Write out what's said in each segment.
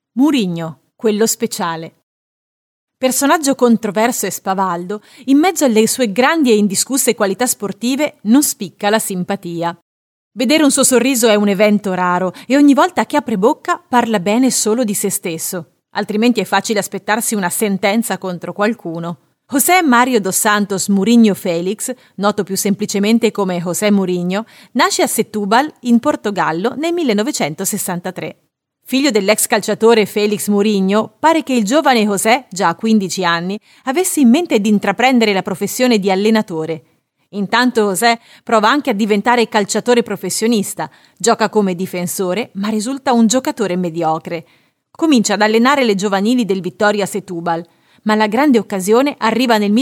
Mourinho, quello speciale. Personaggio controverso e spavaldo, in mezzo alle sue grandi e indiscusse qualità sportive non spicca la simpatia. Vedere un suo sorriso è un evento raro e ogni volta che apre bocca parla bene solo di se stesso, altrimenti è facile aspettarsi una sentenza contro qualcuno. José Mario dos Santos Mourinho Félix, noto più semplicemente come José Mourinho, nasce a Setúbal, in Portogallo, nel 1963. Figlio dell'ex calciatore Félix Mourinho, pare che il giovane José, già a 15 anni, avesse in mente di intraprendere la professione di allenatore. Intanto José prova anche a diventare calciatore professionista, gioca come difensore, ma risulta un giocatore mediocre. Comincia ad allenare le giovanili del Vitória Setúbal, ma la grande occasione arriva nel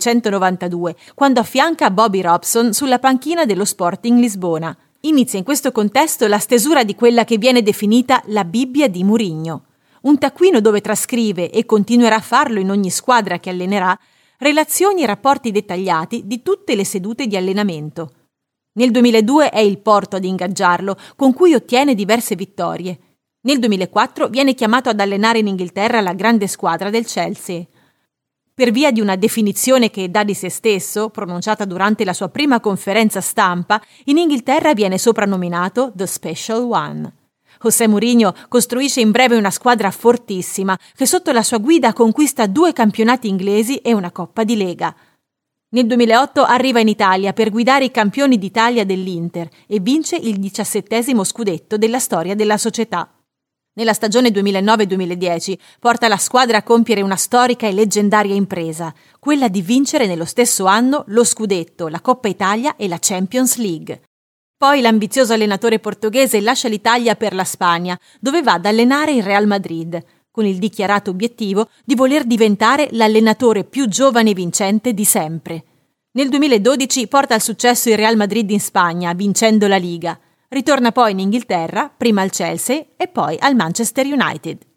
1992, quando affianca Bobby Robson sulla panchina dello Sporting Lisbona. Inizia in questo contesto la stesura di quella che viene definita la Bibbia di Mourinho, un taccuino dove trascrive, e continuerà a farlo in ogni squadra che allenerà, relazioni e rapporti dettagliati di tutte le sedute di allenamento. Nel 2002 è il Porto ad ingaggiarlo, con cui ottiene diverse vittorie. Nel 2004 viene chiamato ad allenare in Inghilterra la grande squadra del Chelsea. Per via di una definizione che dà di se stesso, pronunciata durante la sua prima conferenza stampa, in Inghilterra viene soprannominato The Special One. José Mourinho costruisce in breve una squadra fortissima che sotto la sua guida conquista 2 campionati inglesi e una Coppa di Lega. Nel 2008 arriva in Italia per guidare i campioni d'Italia dell'Inter e vince il 17° scudetto della storia della società. Nella stagione 2009-2010 porta la squadra a compiere una storica e leggendaria impresa, quella di vincere nello stesso anno lo scudetto, la Coppa Italia e la Champions League. Poi l'ambizioso allenatore portoghese lascia l'Italia per la Spagna, dove va ad allenare il Real Madrid, con il dichiarato obiettivo di voler diventare l'allenatore più giovane e vincente di sempre. Nel 2012 porta al successo il Real Madrid in Spagna, vincendo la Liga. Ritorna poi in Inghilterra, prima al Chelsea e poi al Manchester United.